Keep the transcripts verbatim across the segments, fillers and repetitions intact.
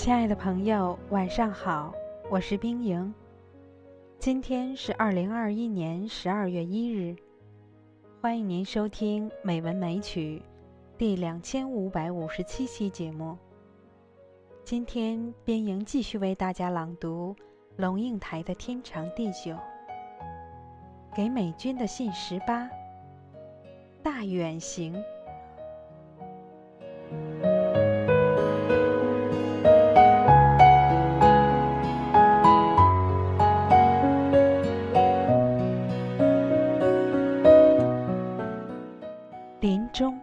亲爱的朋友，晚上好，我是冰莹。今天是二零二一年十二月一日，欢迎您收听美文美曲第两千五百五十七期节目。今天冰莹继续为大家朗读龙应台的《天长地久》。给美军的信十八，大远行。临终，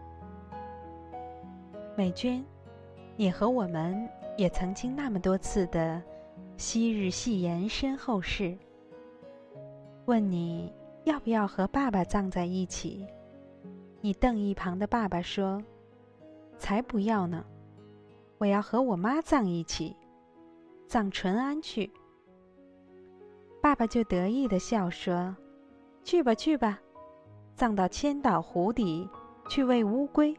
美军，你和我们也曾经那么多次的昔日戏言身后事。问你要不要和爸爸葬在一起，你瞪一旁的爸爸说：“才不要呢，我要和我妈葬一起，葬淳安去。”爸爸就得意地笑说：“去吧去吧，葬到千岛湖底去喂乌龟。”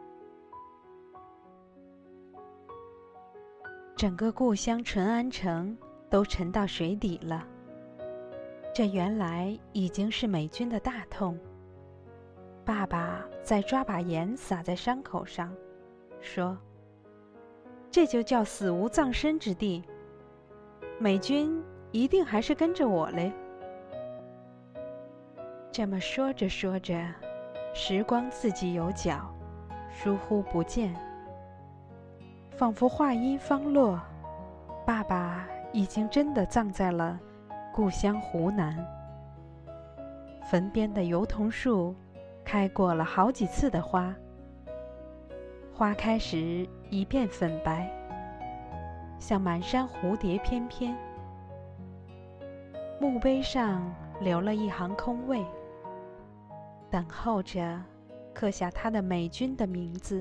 整个故乡淳安城都沉到水底了。这原来已经是美军的大痛。爸爸再抓把盐撒在伤口上，说：“这就叫死无葬身之地。美军一定还是跟着我嘞。”这么说着说着，时光自己有脚，疏忽不见。仿佛话音方落，爸爸已经真的葬在了故乡湖南。坟边的油桐树开过了好几次的花，花开时一片粉白，像满山蝴蝶翩翩。墓碑上留了一行空位，等候着刻下他的美军的名字。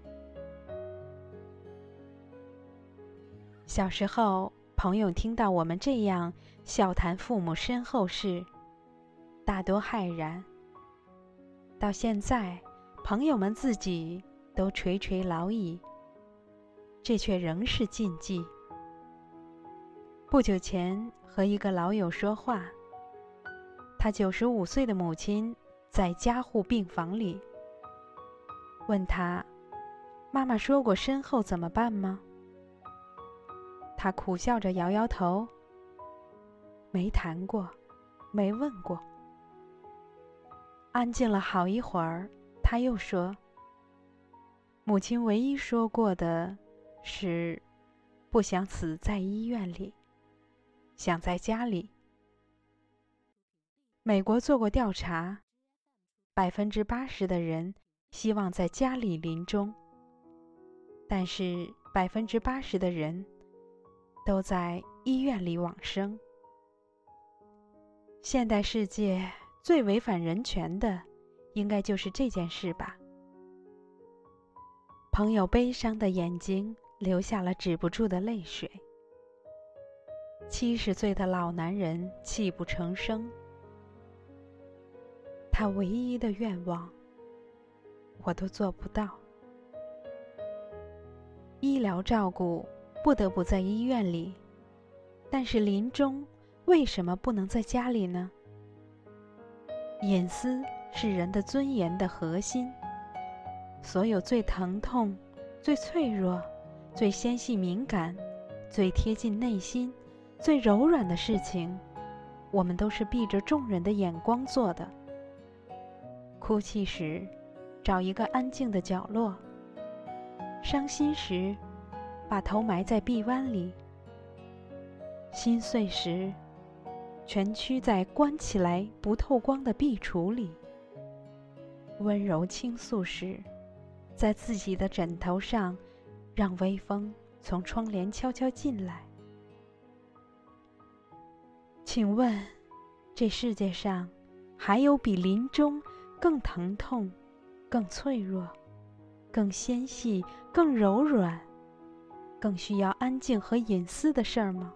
小时候，朋友听到我们这样笑谈父母身后事，大多骇然。到现在，朋友们自己都垂垂老矣，这却仍是禁忌。不久前和一个老友说话，他九十五岁的母亲在加护病房里，问他：“妈妈说过身后怎么办吗？”他苦笑着摇摇头，没谈过，没问过。安静了好一会儿，他又说：“母亲唯一说过的是，不想死在医院里，想在家里。”美国做过调查，百分之八十的人希望在家里临终，但是百分之八十的人都在医院里往生。现代世界最违反人权的，应该就是这件事吧。朋友悲伤的眼睛流下了止不住的泪水。七十岁的老男人泣不成声。他唯一的愿望，我都做不到。医疗照顾不得不在医院里，但是临终为什么不能在家里呢？隐私是人的尊严的核心，所有最疼痛、最脆弱、最纤细敏感、最贴近内心、最柔软的事情，我们都是避着众人的眼光做的。哭泣时，找一个安静的角落；伤心时，把头埋在臂弯里；心碎时，蜷曲在关起来不透光的壁橱里；温柔倾诉时，在自己的枕头上，让微风从窗帘悄悄进来。请问，这世界上还有比临终更疼痛、更脆弱、更纤细、更柔软、更需要安静和隐私的事儿吗？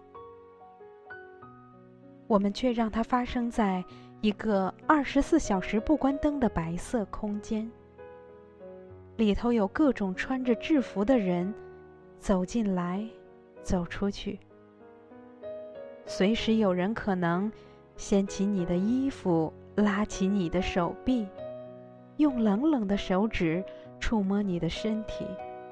我们却让它发生在一个二十四小时不关灯的白色空间，里头有各种穿着制服的人走进来，走出去。随时有人可能掀起你的衣服，拉起你的手臂，用冷冷的手指触摸你的身体。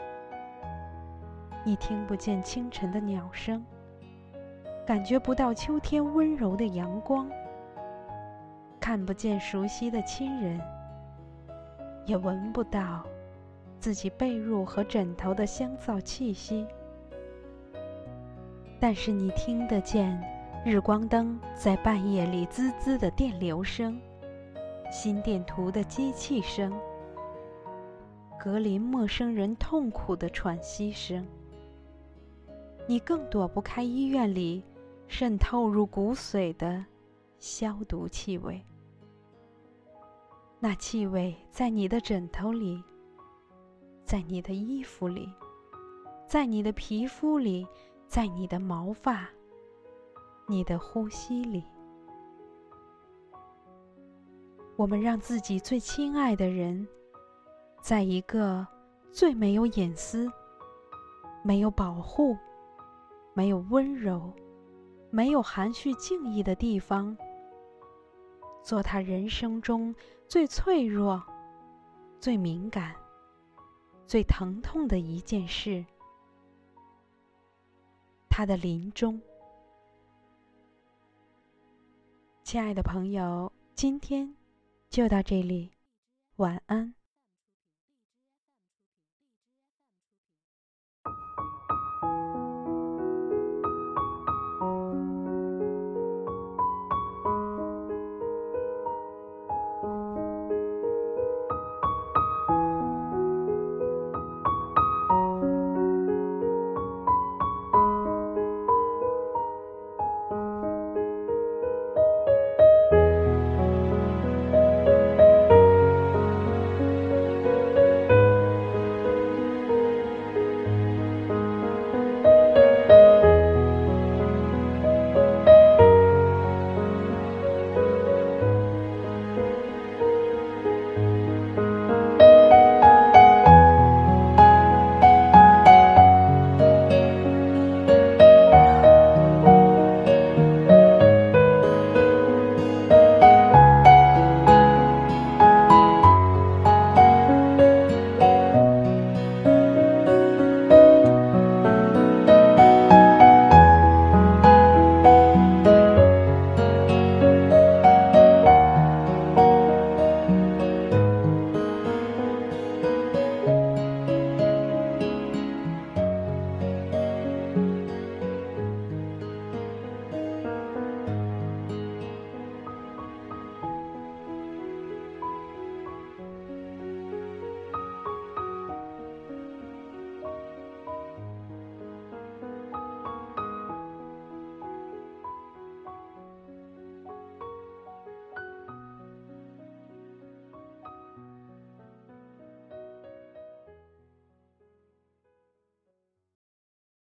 你听不见清晨的鸟声，感觉不到秋天温柔的阳光，看不见熟悉的亲人，也闻不到自己被褥和枕头的香皂气息。但是你听得见日光灯在半夜里滋滋的电流声，心电图的机器声，隔邻陌生人痛苦的喘息声。你更躲不开医院里渗透入骨髓的消毒气味。那气味在你的枕头里，在你的衣服里，在你的皮肤里，在你的毛发，你的呼吸里。我们让自己最亲爱的人，在一个最没有隐私、没有保护、没有温柔、没有含蓄敬意的地方，做他人生中最脆弱、最敏感、最疼痛的一件事，他的临终。亲爱的朋友，今天就到这里，晚安。